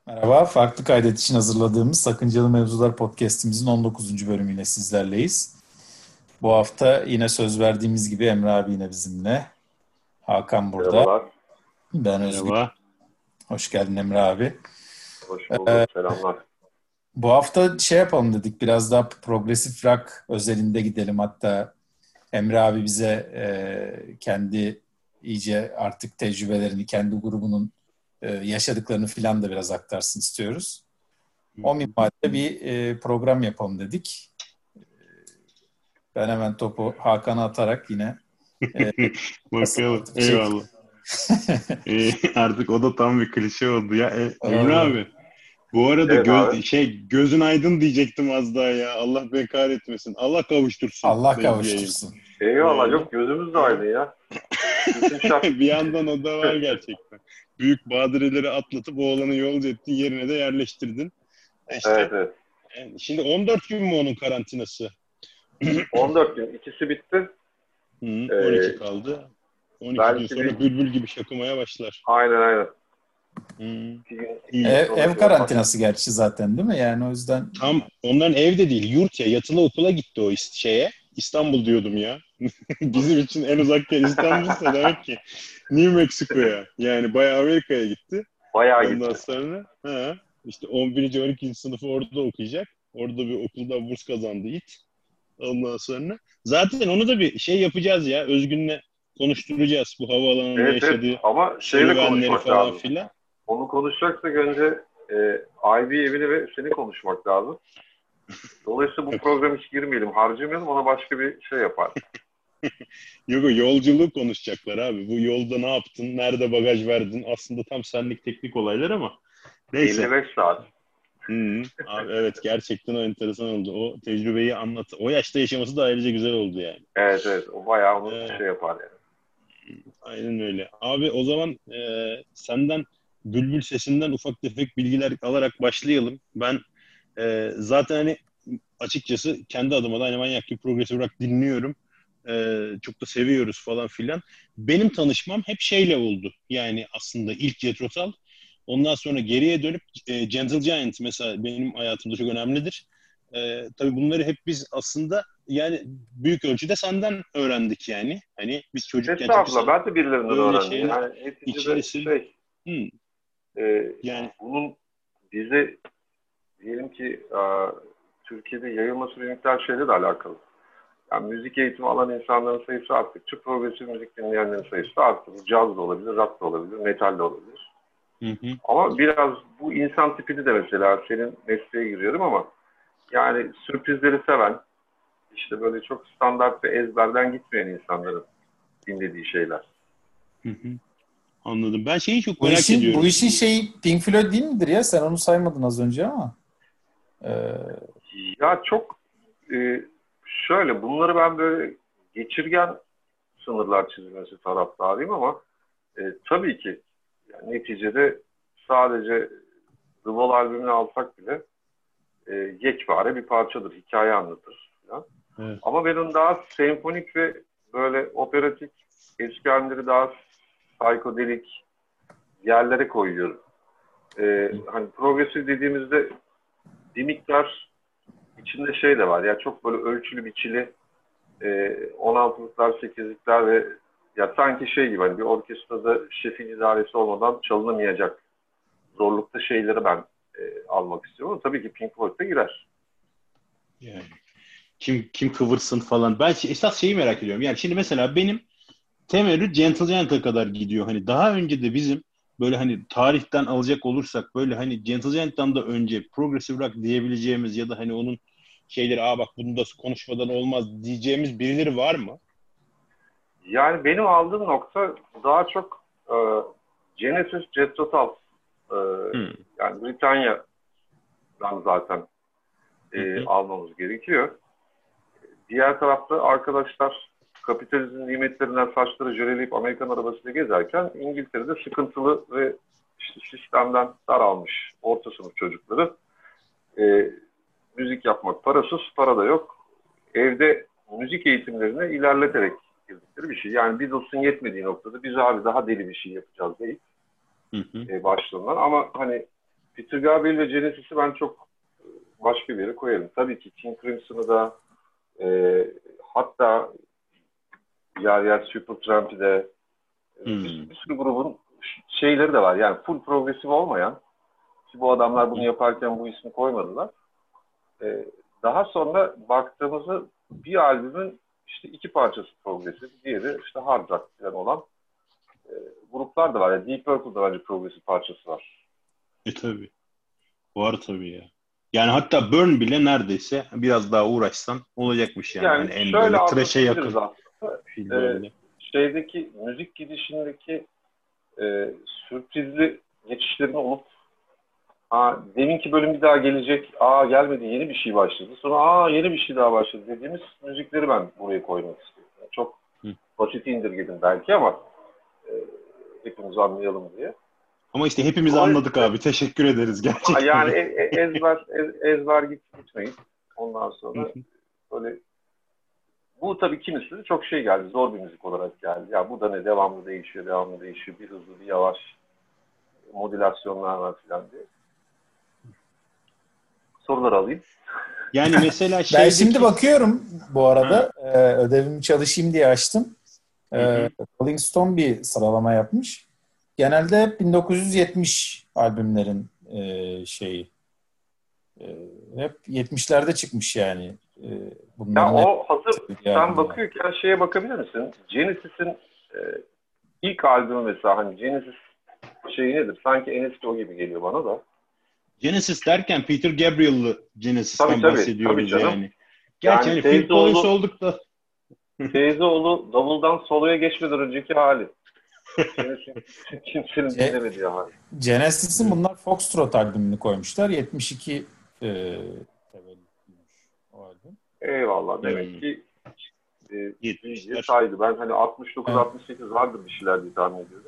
Merhaba, farklı kaydet için hazırladığımız Sakıncalı Mevzular podcast'imizin 19. bölümüyle sizlerleyiz. Bu hafta yine söz verdiğimiz gibi Emre abi yine bizimle. Hakan burada. Merhabalar, Ben Özgür. Merhaba. Hoş geldin Emre abi. hoş bulduk, selamlar. Bu hafta şey yapalım dedik, biraz daha progresif rock özelinde gidelim. Hatta Emre abi bize kendi iyice artık tecrübelerini, kendi grubunun yaşadıklarını filan da biraz aktarsın istiyoruz. O minvalde bir program yapalım dedik. Ben hemen topu Hakan'a atarak yine Bakalım. şey. Eyvallah. Artık o da tam bir klişe oldu ya. Emre Allah. abi. Bu arada Evet abi, gözün aydın diyecektim az daha ya. Allah beni kahretmesin. Allah kavuştursun Allah diyeyim. kavuştursun. eyvallah, Yani. yok gözümüz de aydın ya. Bütün şart. Bir yandan o da var gerçekten. Büyük badireleri atlatıp oğlanı yolcu ettin, yerine de yerleştirdin. Evet, İşte evet. şimdi 14 gün mü onun karantinası? 14 gün, ikisi bitti. 12 kaldı. 12 gün Belki bir, sonra bülbül gibi şakımaya başlar. aynen. Hmm. 2 gün İyi. sonra Ev şey yapar. karantinası gerçi zaten değil mi? Yani o yüzden Tam onların evde değil, yurt ya. Yatılı okula gitti o şeye. İstanbul diyordum ya. Bizim için en uzak yer İstanbul'sa demek ki New Mexico'ya. Yani bayağı Amerika'ya gitti. Bayağı Ondan gitti. sonra işte 11. 12. sınıfı orada okuyacak. Orada bir okulda burs kazandı it. Ondan sonra zaten onu da bir şey yapacağız ya. Özgün'le konuşturacağız bu havaalanında Evet, evet. yaşadığı Ama şeyle serüvenleri konuşmak falan lazım. filan. Onu konuşacaksak önce IB evini ve seni konuşmak lazım. Dolayısıyla bu program hiç girmeyelim, harcamayalım. Ona başka bir şey yapar. Yok o yolculuğu konuşacaklar abi. Bu yolda ne yaptın? Nerede bagaj verdin? Aslında tam senlik teknik olaylar ama neyse. 55 saat. Abi evet gerçekten o enteresan oldu. O tecrübeyi anlat. O yaşta yaşaması da ayrıca güzel oldu yani. Evet, evet. O bayağı onu Ee, şey yapar yani. aynen öyle. Abi o zaman senden bülbül sesinden ufak tefek bilgiler alarak başlayalım. Ben zaten hani açıkçası kendi adıma da hani manyak gibi progresif rock dinliyorum. Çok da seviyoruz falan filan. Benim tanışmam hep şeyle oldu. Yani aslında ilk Jethro Tull. Ondan sonra geriye dönüp Gentle Giant mesela benim hayatımda çok önemlidir. Tabii bunları hep biz aslında yani büyük ölçüde senden öğrendik yani. Hani biz çocukken çünkü Estağfurullah. sen Ben de birilerinden öyle öğrendim. şeyler Yani neticede içerisin. şey, Hmm, e, yani bunun bize diyelim ki Türkiye'de yayılması bir miktar şeyle de alakalı. Yani müzik eğitimi alan insanların sayısı arttıkça progresif müzik dinleyenlerin sayısı da arttı. Bu caz da olabilir, rock da olabilir, metal de olabilir. hı hı. Ama biraz bu insan tipini de mesela senin mesleğe giriyorum ama yani sürprizleri seven, işte böyle çok standart ve ezberden gitmeyen insanların dinlediği şeyler. Hı hı. Anladım. Ben şeyi çok bu merak işin bu ediyorum. işin şeyi Pink Floyd değil midir ya? Sen onu saymadın az önce ama. E, Ya çok şöyle bunları ben böyle geçirgen sınırlar çizilmesi taraftarıyım ama tabii ki yani neticede sadece The Wall albümünü alsak bile yekpare bir parçadır, hikaye anlatır falan. Evet. Ama ben onu daha senfonik ve böyle operatik, eski halleri daha psikodelik yerlere koyuyorum. Hani progresif dediğimizde bir miktar içinde şey de var. Ya çok böyle ölçülü biçili 16'lıklar, 8'likler ve ya sanki şey gibi hani bir orkestrada şefin idaresi olmadan çalınamayacak zorlukta şeyleri ben almak istiyorum. Ama tabii ki Pink Floyd'da girer. Yani kim kıvırsın falan. Ben esas şeyi merak ediyorum. Yani şimdi mesela benim temerrüt Gentle Giant'a kadar gidiyor. Hani daha önce de bizim böyle hani tarihten alacak olursak böyle hani Gentle Giant'tan da önce Progressive Rock diyebileceğimiz ya da hani onun şeyleri bak bunu da konuşmadan olmaz diyeceğimiz birileri var mı? Yani benim aldığım nokta daha çok Genesis, Jethro Tull. E, Hmm. Yani Britanya'dan zaten Hı hı. almamız gerekiyor. Diğer tarafta arkadaşlar kapitalizmin nimetlerinden saçları jöleleyip Amerikan arabasıyla gezerken İngiltere'de sıkıntılı ve işte sistemden daralmış orta sınıf çocukları e, müzik yapmak parasız, para da yok. Evde müzik eğitimlerini ilerleterek girdikleri bir şey. Yani Beatles'ın yetmediği noktada biz abi daha deli bir şey yapacağız deyip Hı hı. başlanılan ama hani Peter Gabriel ve Genesis'i ben çok başka bir yere koyarım. Tabii ki King Crimson'ı da hatta yer Supertramp'i de bir sürü grubun şeyleri de var. Yani full progresif olmayan, ki bu adamlar bunu yaparken bu ismi koymadılar. Daha sonra baktığımızda bir albümün işte 2 parçası progresif, diğeri işte hard rock falan olan gruplar da var. Yani Deep Purple'da bence progresif parçası var. Tabii. Var tabii ya. Yani hatta Burn bile neredeyse biraz daha uğraşsan olacakmış yani. Yani En şöyle böyle trash'e anlatabiliriz yakın aslında. filmlerde. Şeydeki müzik gidişindeki sürprizli geçişlerin olup deminki bölüm bir daha gelecek, gelmedi, yeni bir şey başladı. Sonra yeni bir şey daha başladı dediğimiz müzikleri ben buraya koymak istiyorum. Yani çok basit indirgedim belki ama hepimiz anlayalım diye. Ama işte hepimiz anladık abi. Teşekkür ederiz gerçekten. Yani ezber gitmeyin. Ondan sonra böyle bu tabii kimisine çok şey geldi. Zor bir müzik olarak geldi. Ya bu da ne, devamlı değişiyor. Bir hızlı bir yavaş modülasyonlar var filan diye. Soruları alayım. Yani mesela Ben şimdi bakıyorum bu arada. Ha. Ödevimi çalışayım diye açtım. Rolling Stone bir sıralama yapmış. Genelde hep 1970 albümlerin şeyi. Hep 70'lerde çıkmış yani. Bunların Ya o hazır. Sen albümler. bakıyorken şeye bakabilir misin? Genesis'in ilk albümü mesela, hani Genesis şeyi nedir? Sanki en eski o gibi geliyor bana da. Genesis derken Peter Gabriel'lı Genesis'ten Tabii bahsediyoruz canım. yani. Gerçi hani Phil Collins olduk da. Teyzeoğlu davuldan soloya geçmeden önceki hali. Kimsenin dinlemediği hali. Genesis'in bunlar Foxtrot albümünü koymuşlar. 72 tevellütlüymüş o albüm. Eyvallah. Demek ki 70'ler. saydı. Ben hani 69-68 vardır bir şeyler diye tahmin ediyorum.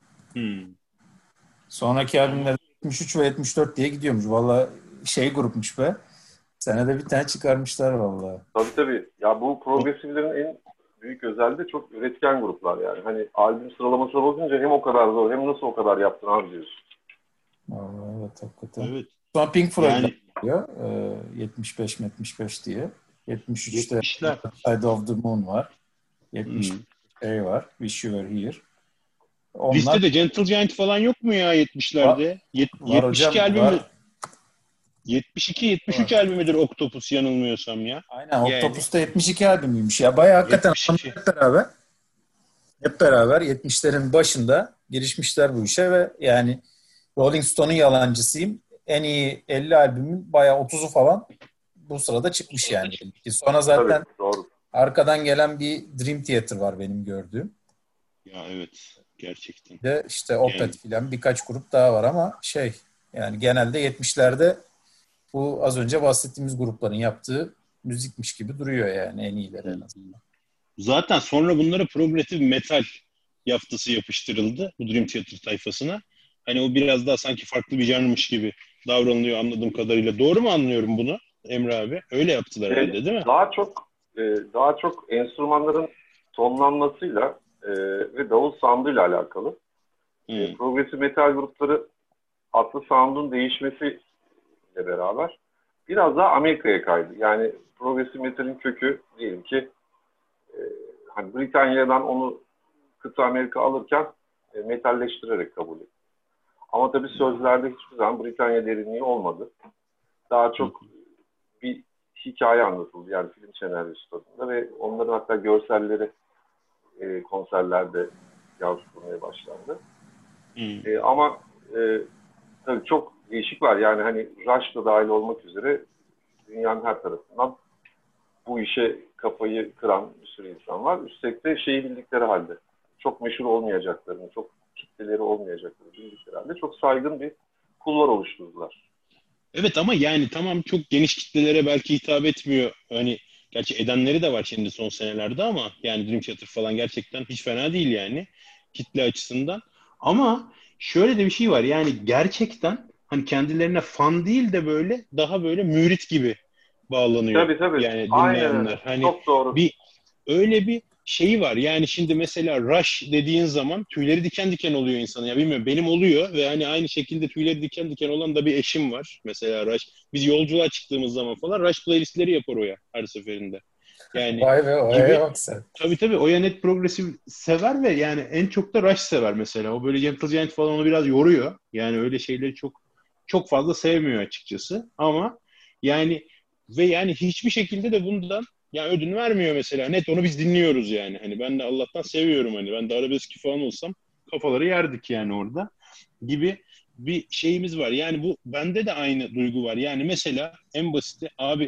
Sonraki albümler 73 ve 74 diye gidiyormuş. Valla grupmuş be. Senede bir tane çıkarmışlar valla. Tabii. Ya bu progresiflerin en büyük özelliği de çok üretken gruplar yani. Hani albüm sıralamasına bakınca hem o kadar zor hem nasıl o kadar yaptın abi diyorsun. Vallahi evet, hakikaten. Evet. Sonra Pink Floyd Yani, diyor. 75 diye. 73'te 70'ler. Side of the Moon var. 70 var. Wish You Were Here. Onlar... Listede Gentle Giant falan yok mu ya 70'lerde? Var 72 hocam, albümü. var. 72-73 albümüdür Octopus yanılmıyorsam ya. Aynen, Octopus'ta 72 albümüymüş ya. Bayağı hakikaten hep beraber 70'lerin başında girişmişler bu işe ve yani Rolling Stone'un yalancısıyım. En iyi 50 albümün bayağı 30'u falan bu sırada çıkmış yani. Sonra zaten doğru. Arkadan gelen bir Dream Theater var benim gördüğüm. Ya evet, gerçekten. De işte Opeth filan birkaç grup daha var ama yani genelde 70'lerde bu az önce bahsettiğimiz grupların yaptığı müzikmiş gibi duruyor yani, en iyileri en azından. Zaten sonra bunlara progresif metal yaftası yapıştırıldı bu Dream Theater tayfasına. Hani o biraz daha sanki farklı bir canlımış gibi davranılıyor anladığım kadarıyla. Doğru mu anlıyorum bunu Emre abi? Öyle yaptılar herhalde, değil mi? Daha çok enstrümanların tonlanmasıyla ve davul sound'uyla alakalı. Progresif metal grupları adlı sound'un değişmesiyle beraber biraz daha Amerika'ya kaydı. Yani progresif metalin kökü diyelim ki hani Britanya'dan onu kıta Amerika alırken metalleştirerek kabul etti. Ama tabii sözlerde hiçbir zaman Britanya derinliği olmadı. Daha çok bir hikaye anlatıldı. Yani film senaryosu tadında ve onların hatta görselleri konserlerde yansıtılmaya başlandı. Ama tabii çok değişik var. Yani hani Rush da dahil olmak üzere dünyanın her tarafından bu işe kafayı kıran bir sürü insan var. Üstelik de şeyi bildikleri halde, çok meşhur olmayacaklarını, çok kitleleri olmayacaklarını bildikleri halde çok saygın bir kulvar oluşturdular. Evet ama yani tamam, çok geniş kitlelere belki hitap etmiyor. Hani gerçi edenleri de var şimdi son senelerde ama yani Dream Theater falan gerçekten hiç fena değil yani kitle açısından. Ama şöyle de bir şey var, yani gerçekten hani kendilerine fan değil de böyle daha böyle mürit gibi bağlanıyor. Tabii. Yani Aynen dinleyenler. öyle. Hani çok doğru. öyle bir şeyi var. Yani şimdi mesela Rush dediğin zaman tüyleri diken diken oluyor insanın. Ya bilmiyorum, benim oluyor ve hani aynı şekilde tüyleri diken diken olan da bir eşim var. Mesela Rush. Biz yolculuğa çıktığımız zaman falan Rush playlistleri yapar o ya her seferinde. Yani Vay be, oraya gibi. bak sen. Tabii Oya net progresif sever ve yani en çok da Rush sever mesela. O böyle Gentle Giant falan onu biraz yoruyor. Yani öyle şeyleri çok fazla sevmiyor açıkçası. Ama yani ve yani hiçbir şekilde de bundan yani ödün vermiyor mesela. Net onu biz dinliyoruz yani. Hani ben de Allah'tan seviyorum hani. Ben de arabeski falan olsam kafaları yerdik yani orada gibi bir şeyimiz var. Yani bu bende de aynı duygu var. Yani mesela en basiti abi,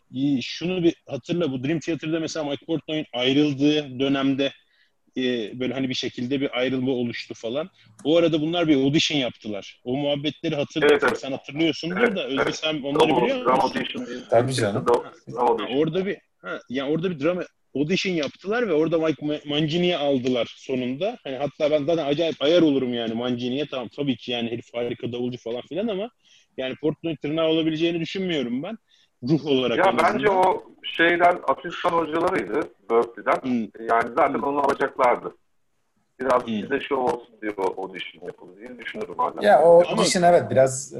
şunu bir hatırla, bu Dream Theater'da mesela Mike Portnoy'un ayrıldığı dönemde böyle hani bir şekilde bir ayrılma oluştu falan. O arada bunlar bir audition yaptılar. O muhabbetleri Evet, evet. sen hatırlıyorsundur Evet, da Özgür, evet. sen onları biliyor Drama musun? Audition, Tabii canım. Drama Audition. Orada bir drama audition yaptılar ve orada Mike Mangini'yi aldılar sonunda. Hani hatta ben zaten acayip ayar olurum yani Mangini'ye. Tamam, tabii ki yani herif harika davulcu falan filan ama yani Portnoy tırnağı olabileceğini düşünmüyorum ben. Ruh olarak en Ya bence azından. o şeyden asistan hocalarıydı Berkeley'den. Hmm, Yani zaten hmm, onu alacaklardı. Biraz hmm. bize şov olsun diye o audition yapıldı diye düşünürüm hala. Ya o Ama audition evet biraz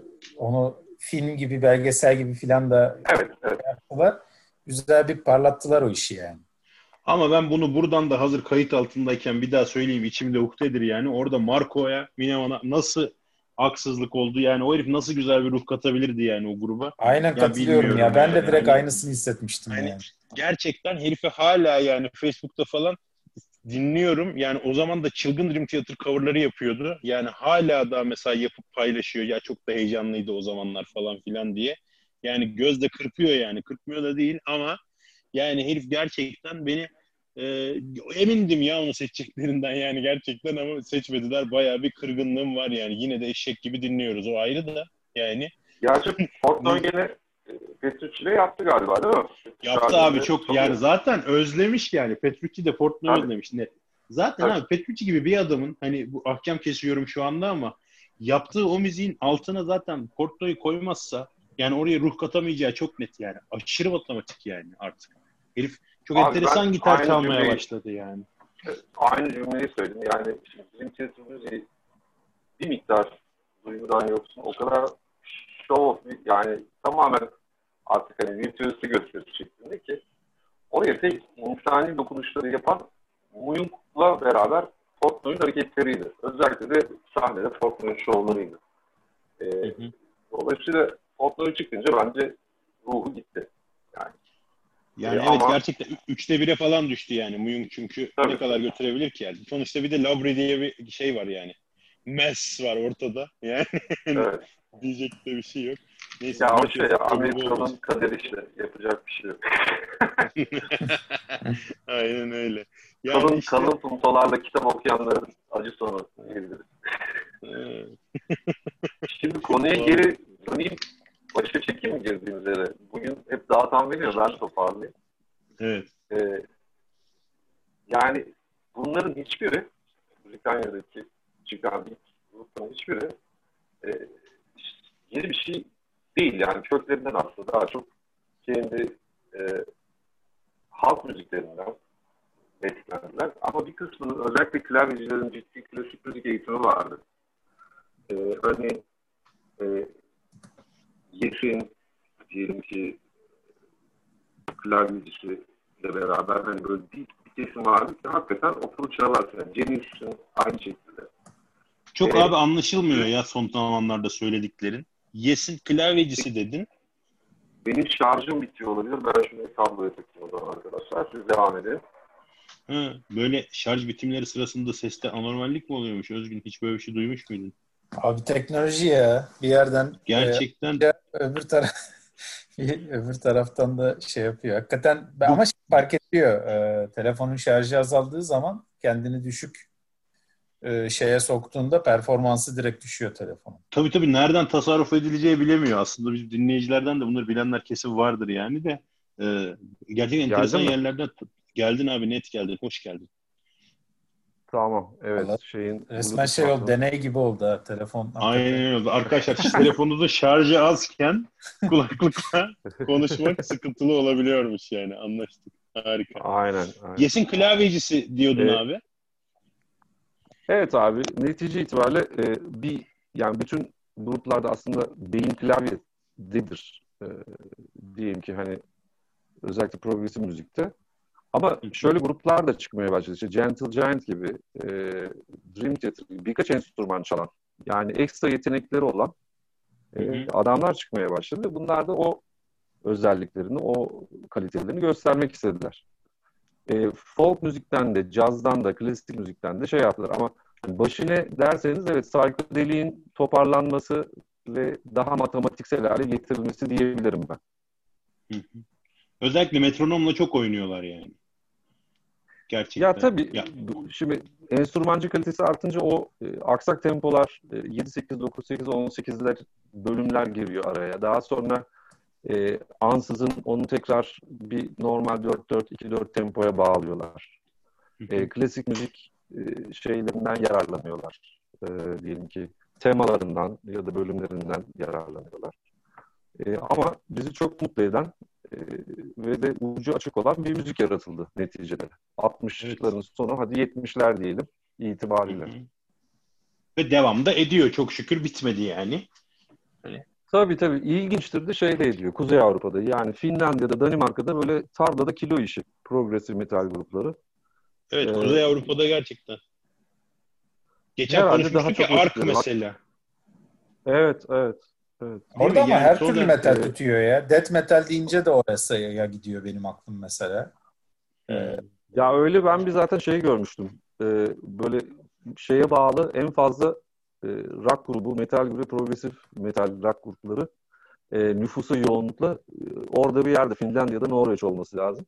onu film gibi, belgesel gibi filan da Evet, evet. yaptılar. Güzel bir parlattılar o işi yani. Ama ben bunu buradan da hazır kayıt altındayken bir daha söyleyeyim, içimde ukdedir yani. Orada Marco'ya, Mineman'a nasıl haksızlık oldu yani, o herif nasıl güzel bir ruh katabilirdi yani o gruba. Aynen, Ya katılıyorum ya. bilmiyorum Ben de yani. direkt aynısını hissetmiştim Hani yani. gerçekten herifi hala yani Facebook'ta falan dinliyorum. Yani o zaman da çılgın Dream Theater coverları yapıyordu. Yani hala da mesela yapıp paylaşıyor. Ya çok da heyecanlıydı o zamanlar falan filan diye. Yani gözde kırpıyor yani. Kırpmıyor da değil ama yani herif gerçekten beni e, emindim ya onu seçeceklerinden yani gerçekten, ama seçmediler. Bayağı bir kırgınlığım var yani. Yine de eşek gibi dinliyoruz. O ayrı da yani. Gerçi Portnoy Neyse. gene Petrucci'yle yaptı galiba değil mi? Petrucci Yaptı abi, albümünde çok yani çalıyor. zaten özlemiş yani. Petrucci de Portnoy Tabii, özlemiş. Ne? Zaten tabii. abi Petrucci gibi bir adamın, hani bu ahkam kesiyorum şu anda ama yaptığı o müziğin altına zaten Portnoy'u koymazsa yani oraya ruh katamayacağı çok net yani. Aşırı matematik yani artık. Herif çok Abi ben enteresan gitar çalmaya başladı yani. aynı cümleyi söyledim. Yani şimdi bizim Theater müziği bir miktar duygudan yoksun. O kadar show yani tamamen artık hani virtüözlü gösterisi şeklinde ki oraya tek insani dokunuşları yapan Muyunk'la beraber Portnoy'un hareketleriydi. Özellikle de sahnede Portnoy'un şovlarıydı. Hı Ee, hı. Dolayısıyla Portnoy çıkınca bence ruhu gitti. Yani, Yani evet, ama gerçekten 1/3'e falan düştü yani Muyung, çünkü ne tabii kadar götürebilir ki yani. Sonuçta bir de Labri diye bir şey var yani. Mess var ortada. Yani evet. diyecek de bir şey yok. Neyse, Ya Dream o şey Theater programı Amerika'nın olmasın. kaderi işte. Yapacak bir şey yok. Aynen öyle. Yani kalın işte kalın puntolarla kitap okuyanların acı sonu diyebiliriz. e, Şimdi konuya vallahi, geri döneyim. Başka çekim mi girdiğimiz yere? Bugün hep dağıtan veriyor. Ben toparlayayım. evet. Ee, Yani bunların hiçbiri Britanya'daki çıkan ilk grupların hiçbiri e, yeni bir şey değil. Yani köklerinden aslında daha çok kendi halk müziklerinden etkilendiler. Ama bir kısmının özellikle klavyecilerin ciddi klasik müzik eğitimi vardı. Örneğin Yes'in diyelim ki klavyecisiyle beraber hani böyle bir kesim vardı ki hakikaten oturup çalarsın. Yani Genius'un aynı şekilde. Çok E, abi anlaşılmıyor ya son zamanlarda söylediklerin. Yes'in klavyecisi dedin. Benim şarjım bitiyor olabilir. Ben şimdi tabloya takayım o zaman arkadaşlar. Siz devam edin. Böyle şarj bitimleri sırasında seste anormallik mi oluyormuş Özgün? Hiç böyle bir şey duymuş muydun? Abi teknoloji ya. Bir yerden Gerçekten öbür taraf öbür taraftan da şey yapıyor. Hakikaten bu ama fark ediyor. Telefonun şarjı azaldığı zaman kendini düşük şeye soktuğunda performansı direkt düşüyor telefonun. tabii nereden tasarruf edileceği bilemiyor. Aslında bizim dinleyicilerden de bunları bilenler kesin vardır yani de. Gerçekten enteresan Geldim mi? yerlerden geldin abi, net geldin. Hoş geldin. Tamam. Evet. Vallahi Şeyin resmen Bluetooth şey oldu, hattı. deney gibi oldu ha, telefon Aynen hakikaten. öyle oldu. Arkadaşlar, telefonunuzun şarjı azken kulaklıkla konuşmak sıkıntılı olabiliyormuş yani. Anlaştık. Harika. Aynen. Yes'in klavyecisi diyordun abi. Evet abi, netice itibariyle yani bütün gruplarda aslında beyin klavyededir. Diyelim ki hani özellikle progresif müzikte. Ama şöyle gruplar da çıkmaya başladı. İşte Gentle Giant gibi, Dream Theater gibi birkaç enstrüman çalan, yani ekstra yetenekleri olan adamlar çıkmaya başladı. Bunlar da o özelliklerini, o kalitelerini göstermek istediler. Folk müzikten de, cazdan da, klasik müzikten de şey yaptılar. Ama başı ne derseniz, evet, psychedelic'in toparlanması ve daha matematiksel hale getirilmesi diyebilirim ben. Özellikle metronomla çok oynuyorlar yani. Gerçekten. Ya tabii, şimdi enstrümancı kalitesi artınca o aksak tempolar, 7-8, 9-8, 18'ler bölümler giriyor araya. Daha sonra ansızın onu tekrar bir normal 4-4, 2-4 tempoya bağlıyorlar. Klasik müzik şeylerinden yararlanıyorlar. Diyelim ki temalarından ya da bölümlerinden yararlanıyorlar. Ama bizi çok mutlu eden ve de ucu açık olan bir müzik yaratıldı neticede. 60'ların sonu, hadi 70'ler diyelim itibariyle. Ve devam da ediyor. Çok şükür bitmedi yani. Hani... Tabii. İlginçtir de şey de ediyor. Kuzey Avrupa'da, yani Finlandiya'da, Danimarka'da böyle tarlada kilo işi progresif metal grupları. Evet, Kuzey Avrupa'da gerçekten. Geçen Herhalde daha konuşmuştuk ya, çok Ark mesela. Evet. Orada ama yani her türlü metal tutuyor ya. Death metal deyince de oraya gidiyor benim aklım mesela. Ya öyle, ben bir zaten şey görmüştüm. Böyle şeye bağlı en fazla rock grubu, metal grubu, progresif metal rock grupları nüfusu yoğunlukla orada bir yerde, Finlandiya'da, Norveç olması lazım.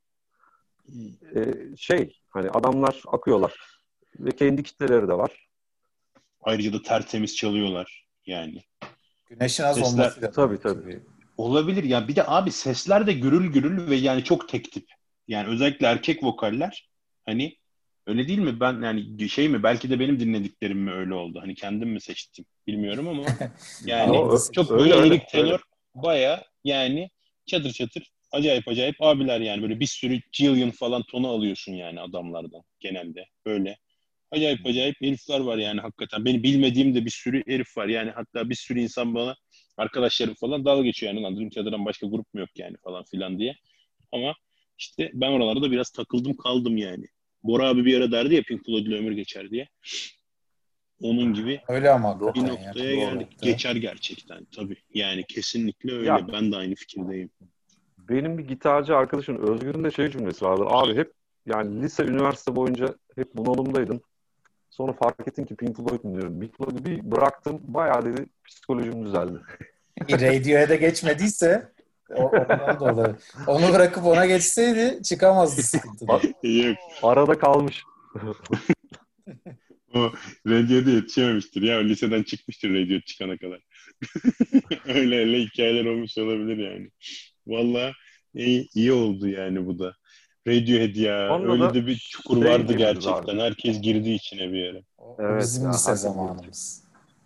Hani adamlar akıyorlar ve kendi kitleleri de var. Ayrıca da tertemiz çalıyorlar yani. Güneşin az sesler, olması da tabii. Olabilir ya. Bir de abi sesler de gürül gürül ve yani çok tek tip. Yani özellikle erkek vokaller, hani öyle değil mi? Ben yani şey mi, belki de benim dinlediklerim mi öyle oldu? Hani kendim mi seçtim bilmiyorum ama yani çok böyle lirik tenor, baya yani çatır çatır acayip abiler yani, böyle bir sürü Jillian falan tonu alıyorsun yani adamlardan genelde böyle. Acayip herifler var yani hakikaten. Benim bilmediğim de bir sürü herif var. Yani hatta bir sürü insan bana, arkadaşlarım falan dalga geçiyor yani. Lan Dream Theater'dan başka grup mu yok yani falan filan diye. Ama işte ben oralarda biraz takıldım kaldım yani. Bora abi bir ara derdi ya, Pink Floyd ile ömür geçer diye. Onun gibi öyle ama bir hakikaten noktaya geldik. Geçer gerçekten tabii. Yani kesinlikle öyle. Ya, ben de aynı fikirdeyim. benim bir gitarcı arkadaşım Özgür'ün de şey cümlesi vardı. Abi hep, yani lise, üniversite boyunca hep bunalımdaydım. Sonra fark ettim ki Pink Floyd dinliyorum. Pink Floyd'u bir bıraktım. Bayağı dedi psikolojim düzeldi. Radiohead'e geçmediyse ondan dolayı. Onu bırakıp ona geçseydi çıkamazdı sıkıntıdan. Yok. Arada kalmış. O radyoda yetişememiştir ya. O liseden çıkmıştır radyo çıkana kadar. öyle hikayeler olmuş olabilir yani. Vallahi iyi oldu yani bu da. Radiohead ya. Sonra Öyle da de bir çukur şey vardı diyebiliriz abi. gerçekten. Herkes girdi içine bir yere. O Evet bizim ya, lise herkes zamanımız.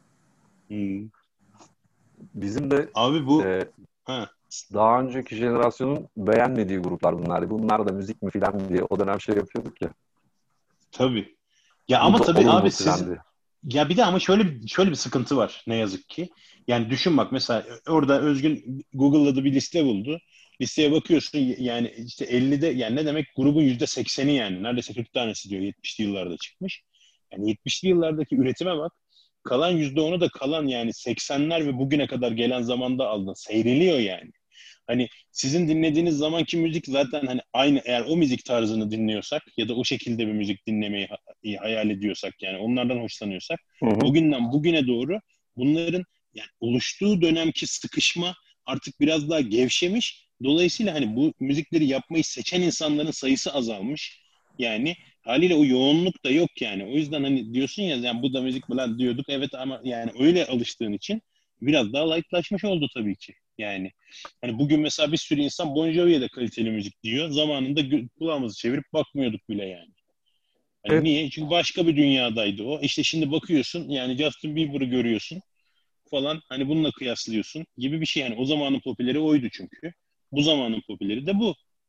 Bizim de Abi bu daha önceki jenerasyonun beğenmediği gruplar bunlar. Bunlar da müzik mi filan diye o dönem şey yapıyorduk ya. Tabii. Ya Bu ama da tabii olur mu abi filan diye. ya bir de ama şöyle bir sıkıntı var ne yazık ki. Yani düşün bak, mesela orada Özgün Google'ladı, bir liste buldu. Listeye bakıyorsun yani işte 50'de, yani ne demek, grubun %80'i yani neredeyse 40 tanesi diyor 70'li yıllarda çıkmış. Yani 70'li yıllardaki üretime bak. Kalan %10'u da kalan yani 80'ler ve bugüne kadar gelen zamanda aldın. Seyreliyor yani. Hani sizin dinlediğiniz zamanki müzik zaten hani aynı, eğer o müzik tarzını dinliyorsak ya da o şekilde bir müzik dinlemeyi hayal ediyorsak, yani onlardan hoşlanıyorsak, o günden bugüne doğru bunların yani oluştuğu dönemki sıkışma artık biraz daha gevşemiş. Dolayısıyla hani bu müzikleri yapmayı seçen insanların sayısı azalmış. Yani haliyle o yoğunluk da yok yani. O yüzden hani diyorsun ya, yani bu da müzik mi lan diyorduk. Evet, ama yani öyle alıştığın için biraz daha lightlaşmış oldu tabii ki. Yani hani bugün mesela bir sürü insan Bon Jovi'ye de kaliteli müzik diyor. Zamanında kulağımızı çevirip bakmıyorduk bile yani. Hani Evet. niye? Çünkü başka bir dünyadaydı o. İşte şimdi bakıyorsun yani Justin Bieber'ı görüyorsun falan, hani bununla kıyaslıyorsun gibi bir şey yani. O zamanın popüleri oydu çünkü. Bu zamanın popüleri de bu.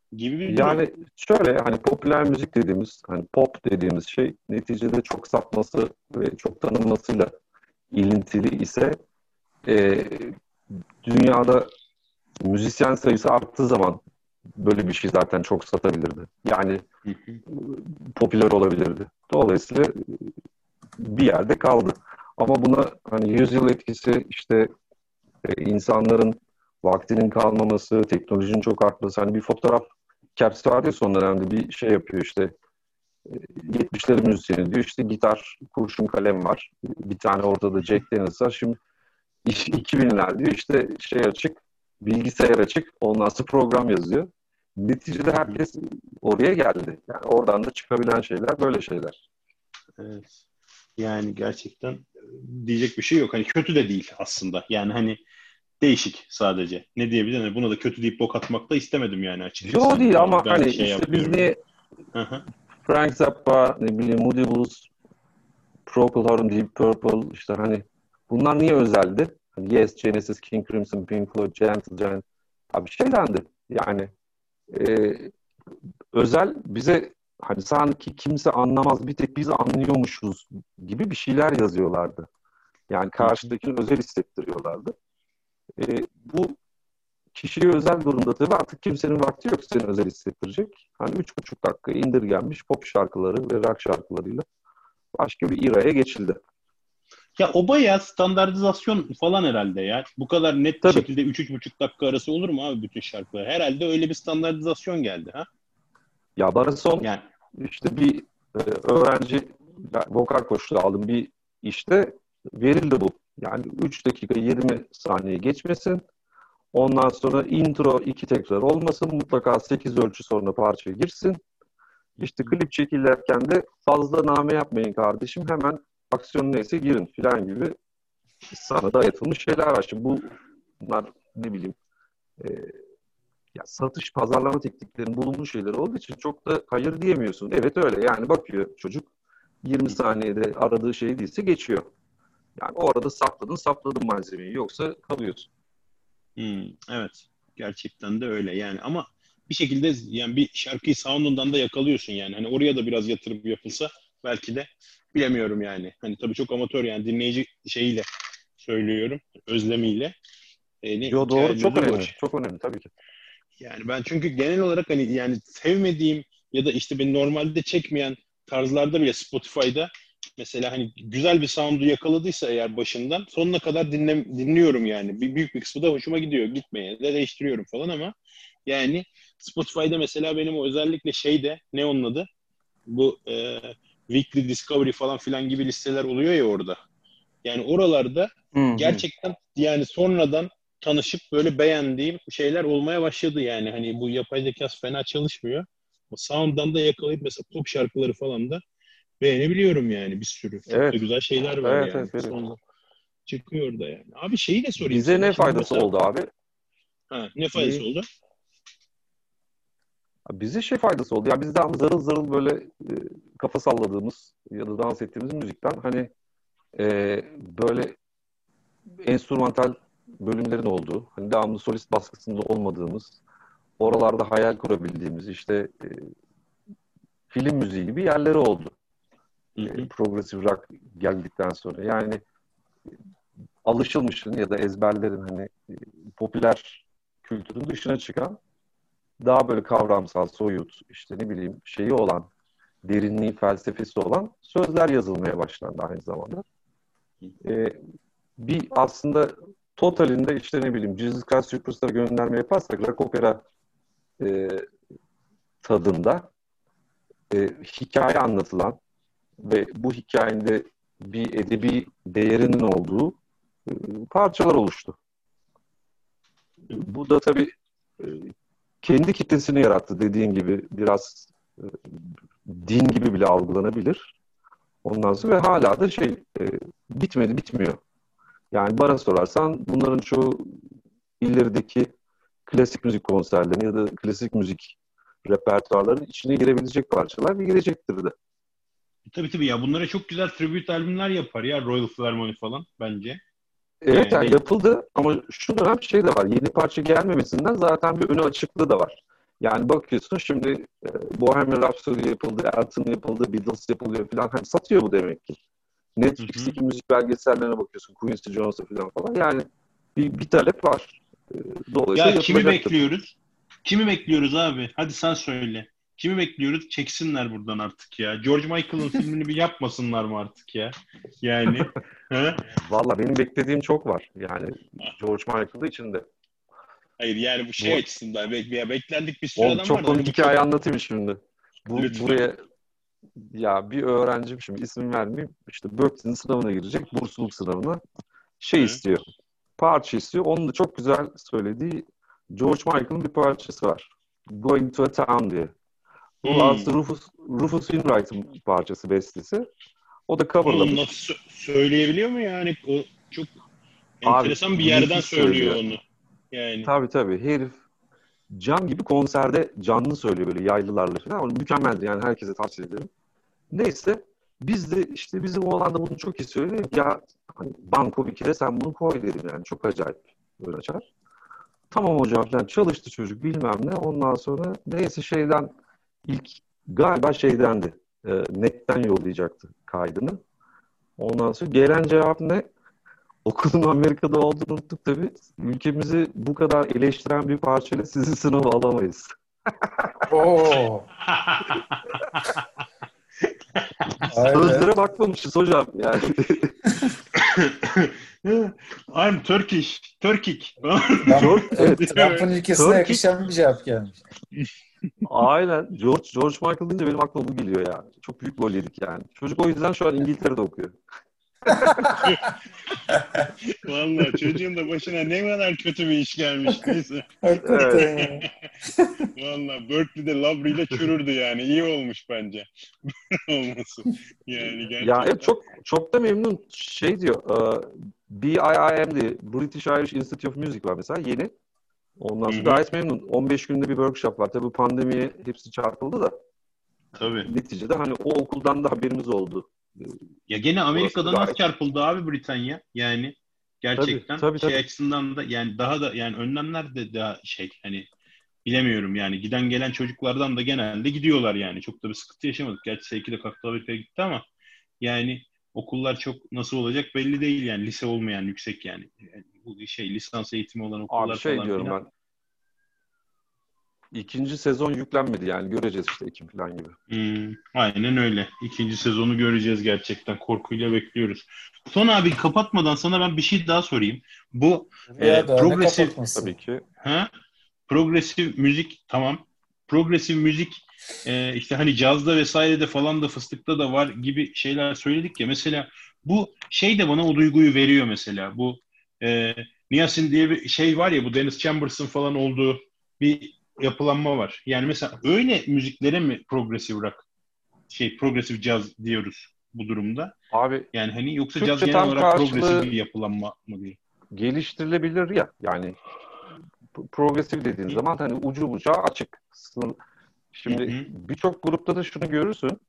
gibi bir durum. Yani şöyle hani popüler müzik dediğimiz, hani pop dediğimiz şey neticede çok sapması ve çok tanınmasıyla ilintili ise e, dünyada müzisyen sayısı arttığı zaman böyle bir şey zaten çok satabilirdi. Yani popüler olabilirdi. Dolayısıyla bir yerde kaldı. Ama buna hani yüzyıl etkisi, işte insanların vaktinin kalmaması, teknolojinin çok artması. Hani bir fotoğraf Caps var ya son dönemde bir şey yapıyor işte 70'lerin müzisyeni diyor işte gitar, kurşun kalem var. Bir tane ortada Jack Daniels var. Şimdi 2000'ler diyor işte şey açık, bilgisayar açık, ondan sonra program yazıyor. Neticede herkes oraya geldi. Yani oradan da çıkabilen şeyler böyle şeyler. Evet. Yani gerçekten diyecek bir şey yok. Hani kötü de değil aslında. Yani hani değişik sadece. Ne diyebilirim? Yani buna da kötü deyip bok atmak da istemedim yani açıkçası. Yo değil ama Ben hani şey işte biz yapıyorum. niye Hı. Frank Zappa, ne bileyim Moody Blues, Procol Harum, Deep Purple işte hani bunlar niye özeldi? Hani Yes, Genesis, King Crimson, Pink Floyd, Gentle Giant. Abi şeydendi. Yani e, özel bize hani sanki kimse anlamaz bir tek biz anlıyormuşuz gibi bir şeyler yazıyorlardı. Yani karşıdakini özel hissettiriyorlardı. Bu kişiye özel durumda tabii artık kimsenin vakti yok seni özel hissettirecek. Hani 3,5 dakika indirgenmiş pop şarkıları ve rock şarkılarıyla başka bir iraya geçildi. Ya o bayağı standartizasyon falan herhalde ya. Bu kadar net bir Tabii. şekilde 3-3,5 dakika arası olur mu abi bütün şarkılar? Herhalde öyle bir standartizasyon geldi ha. Ya bana son Yani işte bir öğrenci vokal koçluğu aldım bir işte verildi bu. Yani 3 dakika 20 saniye geçmesin. Ondan sonra intro 2 tekrar olmasın. Mutlaka 8 ölçü sonra parça girsin. İşte klip çekilirken de fazla name yapmayın kardeşim. Hemen aksiyon neyse girin filan gibi sana dayatılmış şeyler var. Şimdi bunlar ne bileyim e, ya satış pazarlama tekniklerinin bulunmuş şeyler olduğu için çok da hayır diyemiyorsun. Evet öyle yani bakıyor çocuk 20 saniyede aradığı şey değilse geçiyor. Yani o arada sapladın malzemeyi yoksa kalıyorsun. evet. Gerçekten de öyle yani ama bir şekilde yani bir şarkıyı sound'undan da yakalıyorsun yani. Hani oraya da biraz yatırım yapılsa belki de bilemiyorum yani. Hani tabii çok amatör yani dinleyici şeyiyle söylüyorum, özlemiyle. Ne Yo doğru çok hikayemize önemli. ulaşır. Çok önemli tabii ki. Yani ben çünkü genel olarak hani yani sevmediğim ya da işte beni normalde çekmeyen tarzlarda bile Spotify'da mesela hani güzel bir sound'u yakaladıysa eğer başından sonuna kadar dinliyorum yani. Büyük bir kısmı da hoşuma gidiyor. Gitmeye de değiştiriyorum falan ama yani Spotify'da mesela benim o özellikle şeyde ne onun adı? Bu Weekly Discovery falan filan gibi listeler oluyor ya orada. Yani oralarda Hı hı. gerçekten yani sonradan tanışıp böyle beğendiğim şeyler olmaya başladı yani. Hani bu yapay zekası fena çalışmıyor. O sound'dan da yakalayıp mesela pop şarkıları falan da beğenebiliyorum yani bir sürü. Çok da Evet. güzel şeyler var Evet yani. evet veriyor. Sonra çıkıyor orada yani. Abi şeyi de sorayım Bize sana. ne Şimdi faydası mesela oldu abi? ne faydası Neyi? oldu? Bize şey faydası oldu. Ya biz daha zarıl zarıl böyle kafa salladığımız ya da dans ettiğimiz müzikten hani böyle enstrümantal bölümlerin olduğu, hani devamlı solist baskısında olmadığımız, oralarda hayal kurabildiğimiz işte film müziği gibi yerleri oldu. Hı hı. Progressive rock geldikten sonra. Yani alışılmışın ya da ezberlerin hani popüler kültürün dışına çıkan daha böyle kavramsal, soyut, işte ne bileyim şeyi olan, derinliği, felsefesi olan sözler yazılmaya başlandı aynı zamanda. Ee, bir aslında totalinde işte ne bileyim Jesus Christ Superstar'a gönderme yaparsak rock opera e, tadında hikaye anlatılan ve bu hikayende bir edebi değerinin olduğu e, parçalar oluştu. Bu da tabii e, kendi kitlesini yarattı dediğin gibi biraz din gibi bile algılanabilir. Ondan sonra ve hala da bitmiyor. Yani bana sorarsan bunların çoğu ilerideki klasik müzik konserlerine ya da klasik müzik repertuarlarının içine girebilecek parçalar ve girecektir de. Tabii ya bunlara çok güzel tribute albümler yapar ya Royal Philharmonic falan bence. Evet yani Yani yapıldı ama şu dönem şey de var. Yeni parça gelmemesinden zaten bir önü açıklığı da var. Yani bakıyorsun şimdi Bohemian Rhapsody yapıldı, Elton yapıldı, Beatles yapılıyor falan. Hani satıyor bu demek ki. Netflix'teki müzik belgesellerine bakıyorsun. Quincy Jones'a falan. Yani bir talep var. Dolayısıyla Ya kimi yapılacaktır. bekliyoruz? Kimi bekliyoruz abi? Hadi sen söyle. Kimi bekliyoruz? Çeksinler buradan artık ya. George Michael'ın filmini bir yapmasınlar mı artık ya? Yani. Ha? Valla benim beklediğim çok var. Yani George Michael'da içinde. Hayır yani bu şey Bu, açısından beklendik bir sürü oğlum adam çok var da hani komik bu çok hikaye anlatayım şimdi. lütfen. Buraya ya bir öğrencim, şimdi isim vermeyeyim, işte Berkeley'nin sınavına girecek, bursluluk sınavına Hı. istiyor. Parça istiyor. Onun da çok güzel söylediği George Michael'ın bir parçası var. Going to a Town diye. Bu Hmm. aslında Rufus Wainwright'ın parçası, bestesi. O da Ama onu coverlamış. nasıl söyleyebiliyor mu yani? O çok Abi enteresan bir yerden nefis söylüyor söylüyor. onu. Yani. Tabii herif cam gibi konserde canlı söylüyor böyle yaylılarla falan. Ama mükemmeldi yani, herkese tavsiye ederim. Neyse biz de işte bizim oğlan da bunu çok iyi söylüyor. Ya hani banko bir kere sen bunu koy dedim yani, çok acayip böyle açar. Tamam hocam falan, çalıştı çocuk bilmem ne. Ondan sonra neyse şeyden ilk galiba şeydendi. Netten yollayacaktı kaydını. Ondan sonra gelen cevap ne? Okulun Amerika'da olduğunu unuttuk tabii. Ülkemizi bu kadar eleştiren bir parçayla sizi sınava alamayız. Oo. Vay be. Sözlere bakmamışız hocam yani. I'm Turkish. Turkic. Evet. Trump'ın ülkesine Turkic. yakışan bir cevap gelmiş. Aynen. George Michael deyince benim aklıma bu geliyor ya. Çok büyük gol yedik yani. Çocuk o yüzden şu an İngiltere'de okuyor. Vallahi çocuğun da başına ne kadar kötü bir iş gelmiş. Neyse. Evet. Hakikaten ya. Vallahi Berkeley'de Labrie ile çürürdü yani. İyi olmuş bence. Olması. Yani Ya hep gerçekten. çok da memnun. Şey diyor. BIIM diye, British Irish Institute of Music var mesela, yeni. Ondan Hı sonra hı. gayet memnun. 15 günde bir workshop var. Tabii bu pandemiye hepsi çarpıldı da. Tabii. Neticede hani o okuldan da haberimiz oldu. Ya gene Orası da Amerika'da nasıl gayet. çarpıldı abi Britanya? Yani gerçekten şey Tabii. açısından da yani daha da yani önlemler de daha şey hani bilemiyorum yani giden gelen çocuklardan da genelde gidiyorlar yani. Çok da bir sıkıntı yaşamadık. Gerçi Seyki de kalktı Amerika'ya gitti ama yani okullar çok nasıl olacak belli değil yani lise olmayan yüksek yani bu şey lisans eğitimi olan Abi okullar şey falan diyorum filan. ben. İkinci sezon yüklenmedi yani. Göreceğiz işte Ekim falan gibi. Aynen öyle. İkinci sezonu göreceğiz gerçekten. Korkuyla bekliyoruz. Son abi kapatmadan sana ben bir şey daha sorayım. Bu Ya da ne progresif kapatması. Tabii ki. ha? Progresif müzik tamam. Progresif müzik işte hani cazda vesairede falan da fıstıkta da var gibi şeyler söyledik ya. Mesela bu şey de bana o duyguyu veriyor mesela. Bu e, Niacin diye bir şey var ya bu Dennis Chambers'ın falan olduğu bir yapılanma var. Yani mesela öyle müziklere mi progresif rock progresif caz diyoruz bu durumda? Abi Yani hani yoksa caz Türkçe genel tam olarak progresif karşılığı bir yapılanma mı diye. geliştirilebilir ya. Yani progresif Hı dediğin hı, zaman hani ucu bucağı açık. hı Şimdi hı, birçok grupta da şunu görürsün.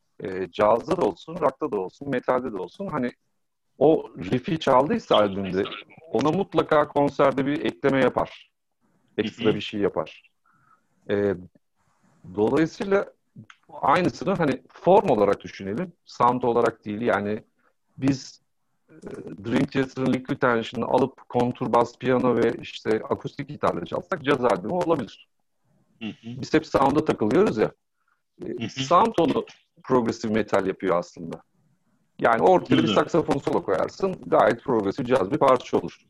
Cazda da olsun, rock'ta da olsun, metalde de olsun. Hani o riff'i çaldıysa albümde ona mutlaka konserde bir ekleme yapar. hı Ekstra hı, bir şey yapar. E, Dolayısıyla aynısını hani form olarak düşünelim. Sound olarak değil. Yani biz Dream Theater'ın Liquid Tension'ı alıp kontur, bas, piyano ve işte akustik gitarla çalsak caz albümü olabilir. hı hı, Biz hep sound'a takılıyoruz ya. hı hı. Sound onu progressive metal yapıyor aslında. Yani ortaya bir Anladım. saksafon solo koyarsın, gayet progresif caz bir parça olur.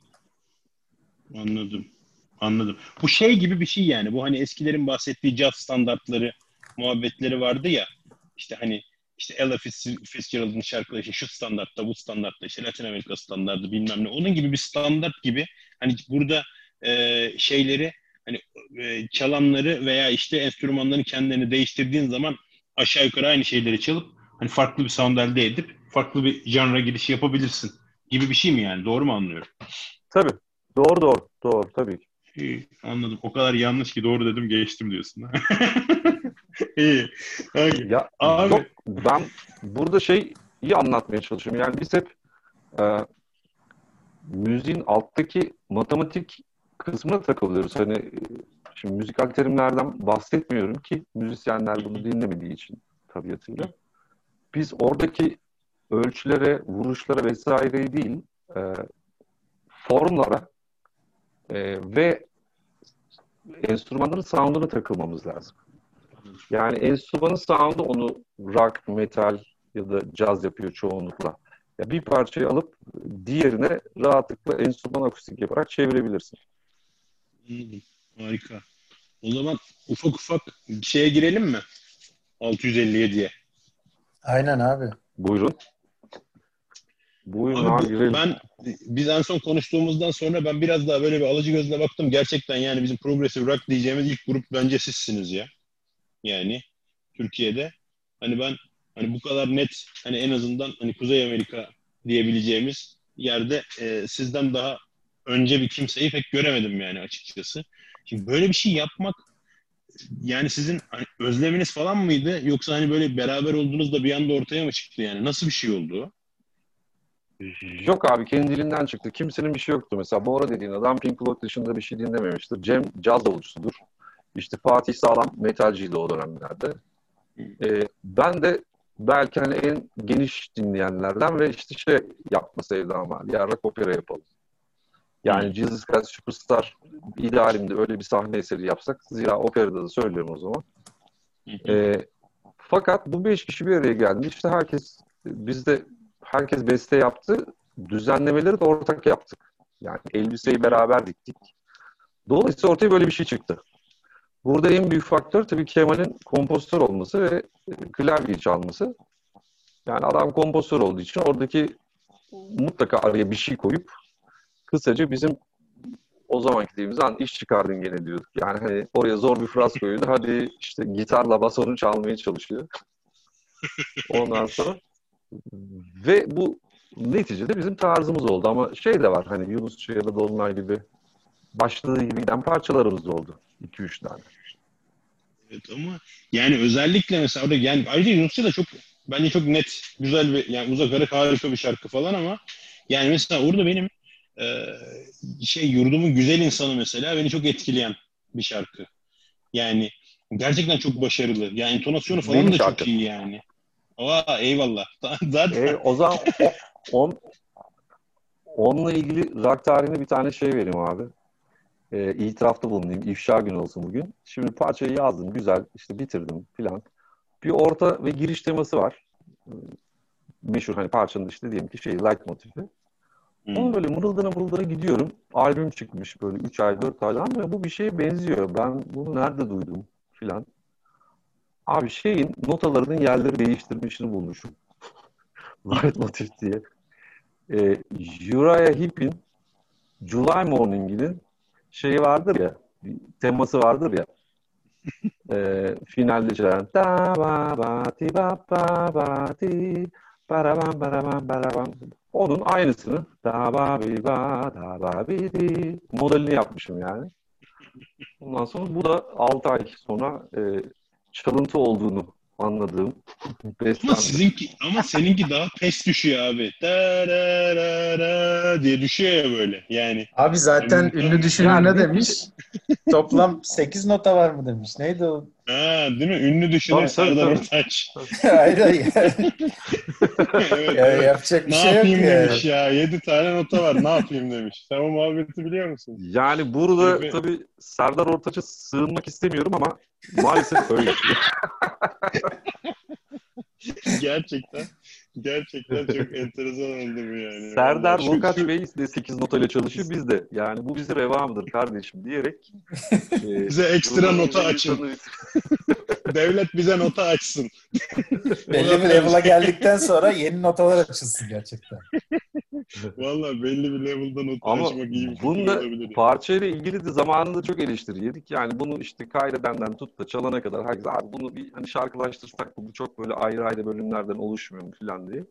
Anladım. Anladım. Bu şey gibi bir şey yani. Bu hani eskilerin bahsettiği caz standartları, muhabbetleri vardı ya. İşte hani işte Ella Fitzgerald'ın şarkıları işte şu standartta, bu standartta, işte Latin Amerika standartı bilmem ne. Onun gibi bir standart gibi hani burada şeyleri hani çalanları veya işte enstrümanların kendilerini değiştirdiğin zaman aşağı yukarı aynı şeyleri çalıp hani farklı bir sound elde edip farklı bir janra girişi yapabilirsin gibi bir şey mi yani? Doğru mu anlıyorum? Tabii. Doğru tabii ki. İyi, anladım. O kadar yanlış ki doğru dedim geçtim diyorsun. İyi. Hangi? Ya Abi. yok, ben burada iyi anlatmaya çalışıyorum. Yani biz hep e, müziğin alttaki matematik kısmına takılıyoruz. Hani Şimdi müzikal terimlerden bahsetmiyorum ki müzisyenler bunu dinlemediği için tabiatıyla. Biz oradaki ölçülere, vuruşlara vesaire değil, formlara ve enstrümanların sound'una takılmamız lazım. Yani enstrümanın sound'u onu rock, metal ya da caz yapıyor çoğunlukla. Ya bir parçayı alıp diğerine rahatlıkla enstrüman akustik yaparak çevirebilirsin. Harika. O zaman ufak ufak bir şeye girelim mi? 657'ye. Aynen abi. Buyurun. Buyurun Abi abi girelim. biz en son konuştuğumuzdan sonra ben biraz daha böyle bir alıcı gözle baktım. Gerçekten yani bizim progressive rock diyeceğimiz ilk grup bence sizsiniz ya. Yani Türkiye'de. Hani ben hani bu kadar net hani en azından hani Kuzey Amerika diyebileceğimiz yerde sizden daha önce bir kimseyi pek göremedim yani açıkçası. Şimdi böyle bir şey yapmak yani sizin hani özleminiz falan mıydı? Yoksa hani böyle beraber olduğunuzda bir anda ortaya mı çıktı yani? Nasıl bir şey oldu? Yok abi kendiliğinden çıktı. Kimsenin bir şey yoktu. Mesela Bora dediğin adam Pink Floyd dışında bir şey dinlememiştir. Cem caz davulcusudur. İşte Fatih Sağlam metalciydi o dönemlerde. Ben de belki hani en geniş dinleyenlerden ve işte şey yapma sevdam var. Ya rock opera yapalım. Yani Jesus Christ Superstar idealimde öyle bir sahne eseri yapsak. Zira operada da söylüyorum o zaman. Fakat bu 5 kişi bir araya geldi. İşte herkes beste yaptı. Düzenlemeleri de ortak yaptık. Yani elbiseyi beraber diktik. Dolayısıyla ortaya böyle bir şey çıktı. Burada en büyük faktör tabii Kemal'in kompozitör olması ve klavye çalması. Yani adam kompozitör olduğu için oradaki mutlaka araya bir şey koyup kısaca bizim o zamanki dediğimiz an iş çıkardın gene diyorduk. Yani hani oraya zor bir fraz koyuyordu. Hadi işte gitarla bas onu çalmaya çalışıyor. Ondan sonra ve bu neticede bizim tarzımız oldu. Ama şey de var hani Yunusçu ya da Dolunay gibi başladığı gibi giden parçalarımız da oldu. 2-3 tane. Evet ama yani özellikle mesela orada yani ayrıca Yunusça da çok bence çok net, güzel bir yani Uzak Irak harika bir şarkı falan ama yani mesela orada benim yurdumun güzel insanı mesela beni çok etkileyen bir şarkı. Yani gerçekten çok başarılı. Yani intonasyonu falan Benim da çok şarkı. iyi yani. Aa eyvallah. Zaten O zaman onunla ilgili rock tarihine bir tane şey vereyim abi. İtirafta bulunayım. İfşa günü olsun bugün. Şimdi parçayı yazdım. Güzel. İşte bitirdim filan. Bir orta ve giriş teması var. Meşhur hani parçanın işte diyelim ki leitmotifi. Onu böyle mırıldana gidiyorum. Albüm çıkmış böyle 3 ay 4 aydan ve bu bir şeye benziyor. Ben bunu nerede duydum filan. Abi notalarının yerleri değiştirmişini bulmuşum. Leitmotif diye. Uriah Heep'in July Morning'inin vardır ya, teması vardır ya, finalde çalan da ba ba ti ba ba ba ti barabam barabam barabam onun aynısını da ba bi ba da ba bi ti modelini yapmışım yani. Ondan sonra bu da 6 ay sonra çalıntı olduğunu anladığım beslendir. ama seninki daha pes düşüyor abi. Da diye düşüyor ya böyle. Yani Abi zaten ünlü düşünür Yani ne demiş? Toplam 8 nota var mı demiş. Neydi o? değil mi? Ünlü düşünür Serdar Tabii. Ortaç. Aynen yani. Evet, Ya evet. yapacak bir Ne şey yok yapayım yani. demiş ya. 7 tane nota var. Ne yapayım demiş. Sen o muhabbeti biliyor musun? Yani burada tabii Serdar Ortaç'a sığınmak istemiyorum ama maalesef öyle. Gerçekten çok enteresan oldu bu yani. Serdar Vallahi Vokaç Bey de 8 notayla çalışıyor biz de. Yani bu bizi reva mıdır kardeşim diyerek bize ekstra nota açın. Devlet bize nota açsın. Belli bir level'a geldikten sonra yeni notalar açılsın gerçekten. Vallahi belli bir level'da nota ama açmak iyi bir fikir bununla olabilir. parçayla ilgili de zamanında çok eleştiri yedik. Yani bunu işte kaydedenden tut da çalana kadar herkes abi bunu bir hani şarkılaştırsak bu çok böyle ayrı ayrı bölümlerden oluşmuyor mu falan diye.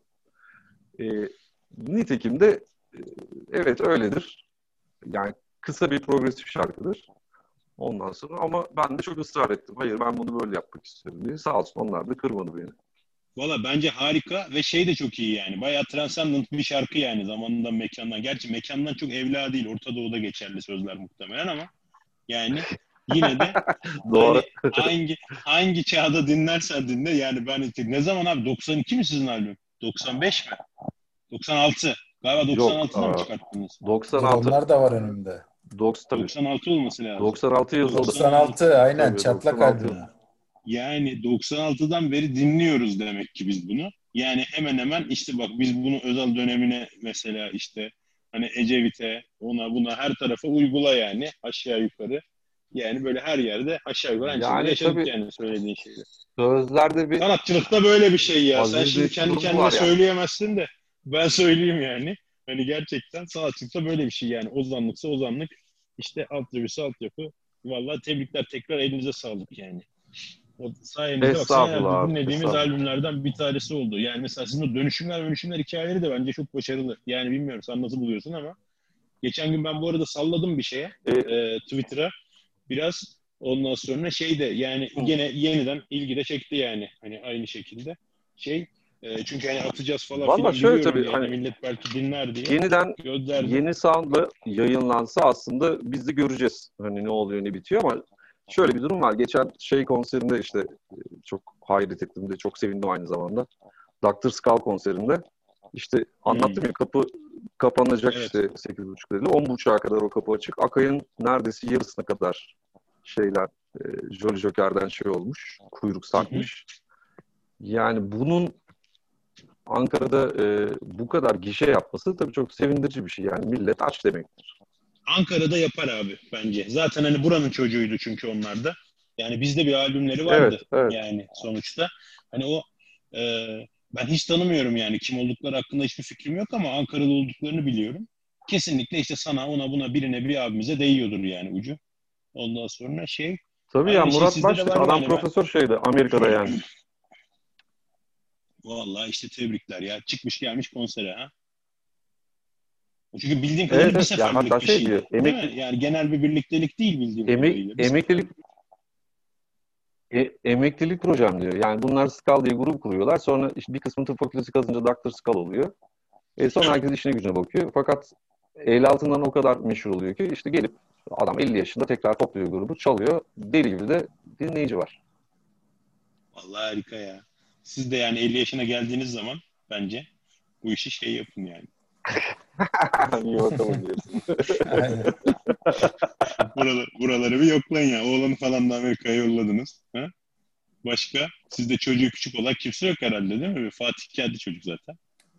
Nitekim de evet öyledir. Yani kısa bir progresif şarkıdır. Ondan sonra ama ben de çok ısrar ettim. Hayır ben bunu böyle yapmak istiyorum diye. Sağ olsun onlar da kırmadı beni. Valla bence harika ve şey de çok iyi yani. Bayağı transcendent bir şarkı yani zamanından mekandan. Gerçi mekandan çok evla değil. Orta Doğu'da geçerli sözler muhtemelen ama yani Yine de Doğru. hani hangi çağda dinlersen dinle yani ben ne zaman abi 92 mi sizin albüm? 95 mi? 96. Galiba Yok. 96'da mı çıkarttınız? Dur 96. onlar da var önümde. 90 tabii. 96 olması lazım. 96 yazıldı. 96 aynen Tabii, çatlak 96. albümü. Yani 96'dan beri dinliyoruz demek ki biz bunu. Yani hemen hemen işte bak biz bunu Özal dönemine mesela işte hani Ecevit'e ona buna her tarafa uygula yani aşağı yukarı. Yani böyle her yerde aşağı yukarı aynı şekilde Yani yaşadık tabii yani söylediğin şeyler. sözlerde bir Sanatçılıkta böyle bir şey ya. Sen Aziz şimdi Nesin kendi durumu kendine var yani. söyleyemezsin de ben söyleyeyim yani. Hani gerçekten sanatçılıkta böyle bir şey yani. Ozanlıksa ozanlık, işte altyapısı altyapı. Vallahi tebrikler tekrar elinize sağlık yani. O sayenizde bak Estağfurullah senelerdir abi. dinlediğimiz Estağfurullah. albümlerden bir tanesi oldu. Yani mesela sizin o dönüşümler hikayeleri de bence çok başarılı. Yani bilmiyorum sen nasıl buluyorsun ama geçen gün ben bu arada salladım bir şeye Twitter'a biraz ondan sonra şey de yani gene yeniden ilgi de çekti yani hani aynı şekilde şey çünkü hani atacağız falan Valla filan şöyle biliyorum tabii yani hani millet belki dinler diye yeniden gönderdim. yeni sound'la yayınlansa aslında biz de göreceğiz. Hani ne oluyor ne bitiyor ama şöyle bir durum var. Geçen şey konserinde işte çok hayret ettim de çok sevindim aynı zamanda. Dr. Skull konserinde işte anlattım ya kapı kapanacak Evet. işte 8.30'da 10.30'a kadar o kapı açık. Akay'ın neredeyse yarısına kadar şeyler Jolly Joker'den şey olmuş. Kuyruk sarkmış. Yani bunun Ankara'da bu kadar gişe yapması tabii çok sevindirici bir şey. Yani millet aç demektir. Ankara'da yapar abi bence. Zaten hani buranın çocuğuydu çünkü onlar da. Yani bizde bir albümleri Evet, vardı evet. yani sonuçta. Hani o e, ben hiç tanımıyorum yani kim oldukları hakkında hiçbir fikrim yok ama Ankaralı olduklarını biliyorum. Kesinlikle işte sana ona buna birine bir abimize değiyordur yani ucu. Ondan sonra şey Tabii ya aynı şey Murat sizde de Baş'tır. var Adam yani ben. profesör şeydi Amerika'da yani. Vallahi işte tebrikler ya. Çıkmış gelmiş konsere ha. Çünkü bildiğim Evet, kadarıyla bir evet. Ya hatta seferlik bir şey diyor. şeydi. Değil mi? Yani genel bir birliktelik değil bildiğim kadarıyla. Bir Emeklilik seferlik. emeklilik projem diyor. Yani bunlar Skal diye grup kuruyorlar. Sonra işte bir kısmı tıp fakültesi kazanınca Dr. Skal oluyor. Sonra herkes işine gücüne bakıyor. Fakat el altından o kadar meşhur oluyor ki işte gelip adam 50 yaşında tekrar topluyor grubu, çalıyor. Deli gibi de dinleyici var. Vallahi harika ya. Siz de yani 50 yaşına geldiğiniz zaman bence bu işi şey yapın yani. İyi bakalım diyorsun. Aynen. Buraları bir yoklayın ya. Oğlanı falan da Amerika'ya yolladınız. Ha? Başka? Sizde çocuğu küçük olan kimse yok herhalde değil mi? Fatih kendi çocuk zaten.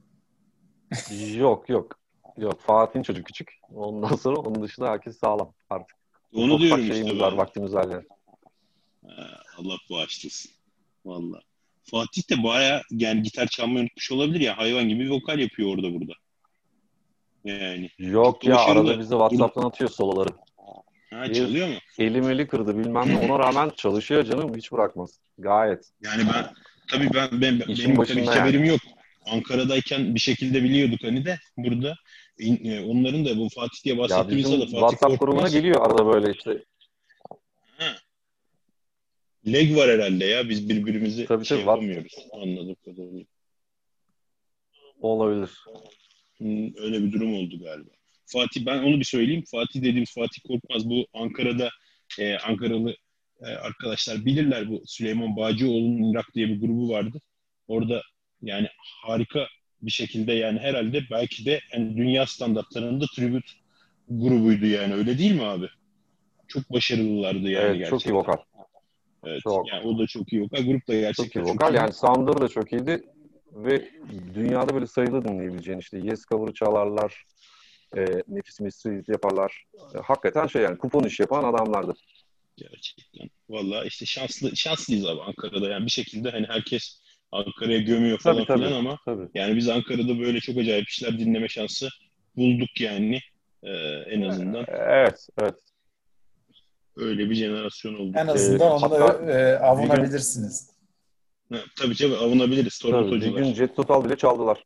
Yok yok. Yok Fatih'in çocuk küçük. Ondan sonra onun dışında herkes sağlam artık. Onu Ufak ufak diyorum işte şeyimiz var, ben de. vaktimiz var yani. Allah bağışlasın. Vallahi. Fatih de bayağı yani gitar çalmayı unutmuş olabilir ya. Hayvan gibi vokal yapıyor orada burada. Yani çok Yok da ya arada başarılı. bize Burada. WhatsApp'tan atıyor soloları. Ha Herif çalıyor mu? elim eli kırdı bilmem ne. Ona rağmen çalışıyor canım. Hiç bırakmaz. Gayet. Yani tabii İşin benim tabii başında hiç yani. haberim yok. Ankara'dayken bir şekilde biliyorduk hani de burada onların da bu Fatih diye Ya bahsettiğimiz bizim da Fatih WhatsApp grubuna Korkmaz. geliyor arada böyle işte. Ha, leg var herhalde ya biz birbirimizi Tabii şey tabii yapamıyoruz anladığım kadarıyla. olabilir. Öyle bir durum oldu galiba. Fatih ben onu bir söyleyeyim. Fatih dediğimiz Fatih Korkmaz bu Ankara'da Ankaralı arkadaşlar bilirler bu Süleyman Bağcıoğlu'nun Irak diye bir grubu vardı. Orada yani harika bir şekilde yani herhalde belki de yani dünya standartlarında tribute grubuydu yani öyle değil mi abi? Çok başarılılardı yani Evet çok iyi gerçekten. vokal. Evet. Çok. Yani o da çok iyi vokal. Grup da Çok iyi gerçekten çok vokal. iyi. Yani soundları da çok iyiydi. Ve dünyada böyle sayılı dinleyebileceğin işte Yes cover'ı çalarlar. Nefis Mystery yaparlar. Hakikaten şey yani kupon iş yapan adamlardı. Gerçekten. Vallahi işte şanslıyız abi Ankara'da. Yani bir şekilde hani herkes Ankara'ya gömüyor Tabii falan filan tabii. ama Tabii. yani biz Ankara'da böyle çok acayip işler dinleme şansı bulduk yani. En azından Evet, evet. öyle bir jenerasyon olduk En yani azından onunla gerçekten. Hatta bir gün avunabilirsiniz. Ha, tabii avunabiliriz tabii bir gün Torontocular. Jet Total bile çaldılar.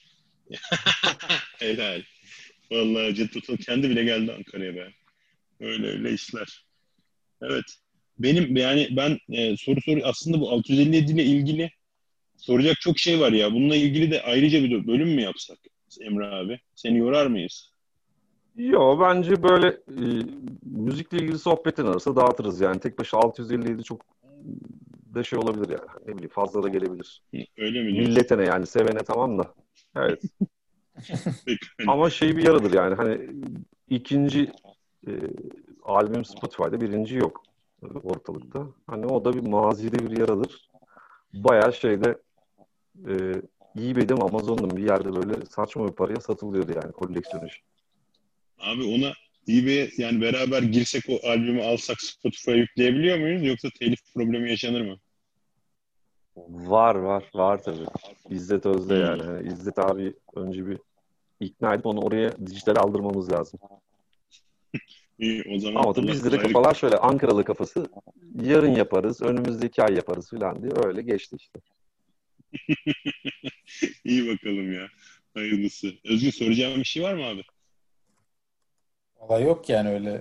Helal. Vallahi Jet Total kendi bile geldi Ankara'ya be. Öyle işler. Evet. Benim yani ben soru aslında bu 657 ile ilgili soracak çok şey var ya. Bununla ilgili de ayrıca bir bölüm mü yapsak Emre abi? Seni yorar mıyız? Yo bence böyle müzikle ilgili sohbetin arası dağıtırız yani. Tek başına 657 çok da şey olabilir yani. Ne bileyim fazla da gelebilir. Öyle mi diyorsun? Milletene yani sevene tamam da. Evet. Peki. Ama şey bir yaradır yani hani ikinci e, albüm Spotify'da birinci yok ortalıkta. Hani o da bir mazide bir yaradır. Bayağı şeyde e, eBay'de mi Amazon'da mı bir yerde böyle saçma bir paraya satılıyordu yani koleksiyon işi. Abi ona eBay'e yani beraber girsek o albümü alsak Spotify'a yükleyebiliyor muyuz? Yoksa telif problemi yaşanır mı? Var tabii. İzzet Özde Hmm. yani. Hani İzzet abi önce bir ikna edip onu oraya dijital aldırmamız lazım. İyi, o zaman Ama tabii Allah bizde de kolaylık. kafalar şöyle Ankaralı kafası yarın yaparız, önümüzdeki ay yaparız falan diye öyle geçti işte. İyi bakalım ya. Hayırlısı. Özgür soracağım bir şey var mı abi? Valla yok yani öyle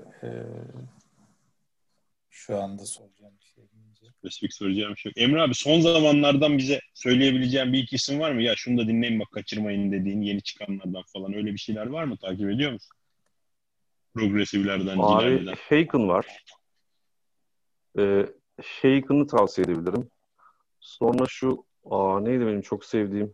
şu anda soracağım bir şey deyince. Spesifik soracağım bir şey yok. Emre abi son zamanlardan bize söyleyebileceğin bir iki isim var mı? Ya şunu da dinleyin bak kaçırmayın dediğin yeni çıkanlardan falan öyle bir şeyler var mı? Takip ediyor musun? Progresiflerden Abi Ciler'den. Haken var. Haken'ı tavsiye edebilirim. Sonra şu neydi benim çok sevdiğim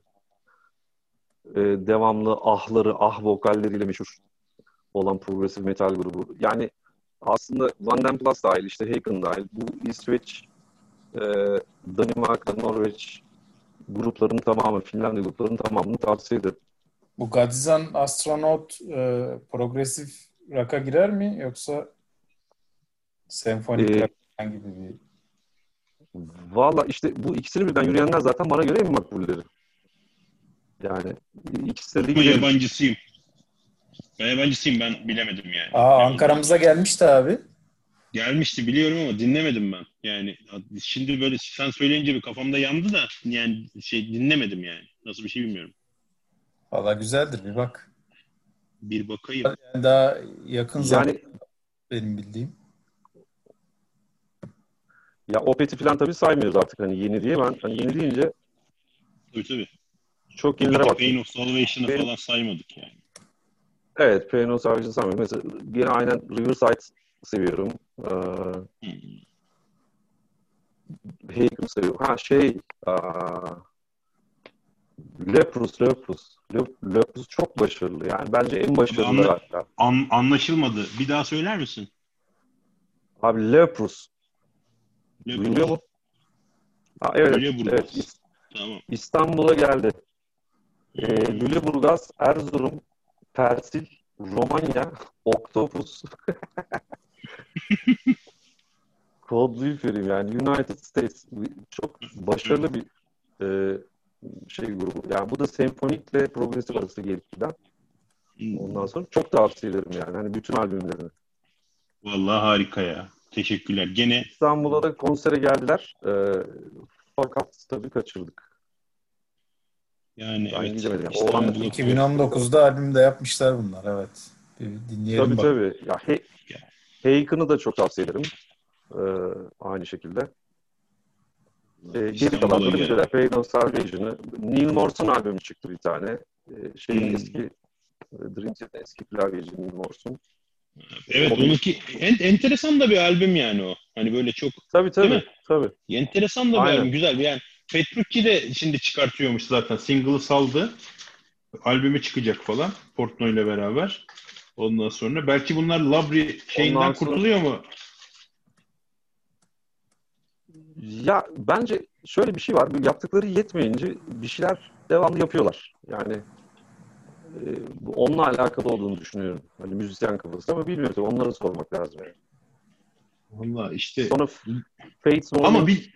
devamlı ah vokalleriyle meşhur olan progresif metal grubu. Yani aslında Van Den Plas dahil, işte Haken dahil. Bu İsveç, e, Danimarka, Norveç grupların tamamı, Finlandiya gruplarının tamamını tavsiye ederim. Bu Godzan Astronaut progresif rock'a girer mi yoksa senfonik E, rock falan gibi bir... Valla işte bu ikisini birden yürüyenler zaten bana göre en makbulleri. Yani ikisi de Ama gidelim. yabancısıyım. Ben yabancısıyım ben bilemedim yani. Aa, Ne olduğunu. Ankara'mıza gelmişti abi. Gelmişti biliyorum ama dinlemedim ben. Yani şimdi böyle sen söyleyince bir kafamda yandı da yani şey dinlemedim yani. Nasıl bir şey bilmiyorum. Valla güzeldir, bir bak. Bir bakayım. Yani daha yakın zaman Yani benim bildiğim. ya Opeth'i falan tabii saymıyoruz artık hani yeni diye. Ben hani yeni deyince Tabii tabii. çok yenilere Opeth'i baktım. Pain of Salvation'ı Benim, falan saymadık yani. evet, P&O Savaşı'nı sanmıyorum. Mesela yine aynen Riverside seviyorum. Hmm. Haken seviyorum. Leprous çok başarılı. Yani bence en Abi başarılı hatta. anlaşılmadı. Bir daha söyler misin? Abi Leprous. Duyuluyor Leprous. mu? Evet. Evet. Lüleburgaz. Tamam. İstanbul'a geldi. Hmm. Lüleburgaz, Erzurum, Persil, Romanya, Oktopus. Kodluyu vereyim yani. United States. Çok başarılı bir e, şey grubu. Yani bu da senfonikle progresif arası gelip giden. Ondan sonra çok tavsiye ederim yani. Hani bütün albümlerini. Vallahi harika ya. Teşekkürler. Gene İstanbul'a da konsere geldiler. Fakat tabii kaçırdık. yani Ben evet gidemedim. Yani. Oğlan İstanbul'a 2019'da albüm de yapmışlar bunlar, evet. Bir dinleyelim tabii bak. tabii. Ya Haken'ı da çok tavsiye ederim. Aynı şekilde. Geri İstanbul'a kalanları gel. bildiler. Pain of Salvation'ı. Neil Morrison albümü çıktı bir tane. Eski Dream Theater'ın eski klavyeci Neil Morrison. Evet O bir onunki enteresan da bir albüm yani o. Hani böyle çok tabii değil mi? tabii. Tabii. Enteresan da bir albüm. Aynen. Güzel bir yani. Petrucci de şimdi çıkartıyormuş zaten. Single'ı saldı. Albümü çıkacak falan. Portnoy ile beraber. Ondan sonra belki bunlar Labri Ondan şeyinden sonra kurtuluyor mu? ya bence şöyle bir şey var. Yaptıkları yetmeyince bir şeyler devamlı yapıyorlar. Yani bu onunla alakalı olduğunu düşünüyorum. Hani müzisyen kafası ama bilmiyorum. Tabii onlara sormak lazım. Yani. Valla işte Sonra Fates ama Warning bir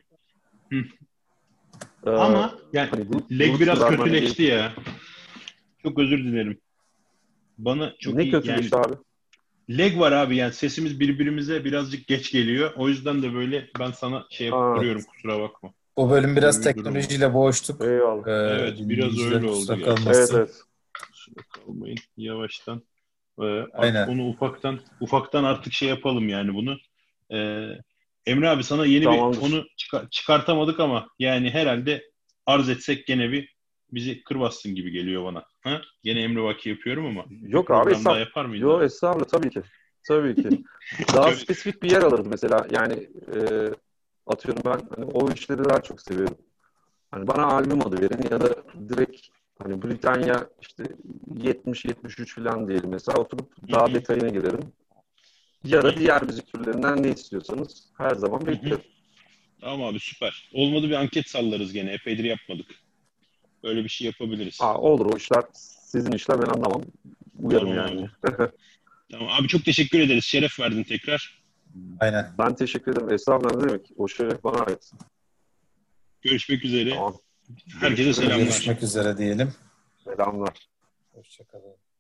e, ama yani hani leg biraz grupçulardan kötüleşti gelip ya. Çok özür dilerim. Bana çok ne iyi kötü yani işte abi. lag var abi yani sesimiz birbirimize birazcık geç geliyor. O yüzden de böyle ben sana şey yapıp Ha, duruyorum kusura bakma. Bu bölüm biraz Öyle bir durum var. teknolojiyle boğuştuk. eyvallah. Evet biraz Dinleyicilerin öyle oldu kusura Evet gerçekten. kalmasın. evet. Kusura kalmayın. Yavaştan. Artık Aynen. onu ufaktan artık şey yapalım yani bunu. Ee, Emre abi sana yeni bir Tamamdır. konu çıkartamadık ama yani herhalde arz etsek gene bir bizi kırbassın gibi geliyor bana. Ha? Gene Emre Vaki yapıyorum ama bir Yok abi program daha yapar mıyız abi? estağfurullah tabii ki. Tabii ki. Daha spesifik bir yer alırız mesela. Yani atıyorum ben hani o işleri daha çok seviyorum. Hani bana albüm adı verin ya da direkt hani Britanya işte 70-73 falan diyelim mesela, oturup daha detayına girerim. Ya da diğer müzik türlerinden ne istiyorsanız her zaman beklerim. Tamam abi, süper. Olmadı bir anket sallarız gene. Epeydir yapmadık. Öyle bir şey yapabiliriz. Olur, o işler sizin işler, ben anlamam. Uyarım Tamam yani. abi. Tamam abi, çok teşekkür ederiz. Şeref verdin tekrar. Aynen. Ben teşekkür ederim. Estağfurullah, ne demek? O şeref bana ait. Görüşmek üzere. Tamam. Herkese Görüşürüz. selamlar. Görüşmek üzere diyelim. Selamlar. Hoşçakalın.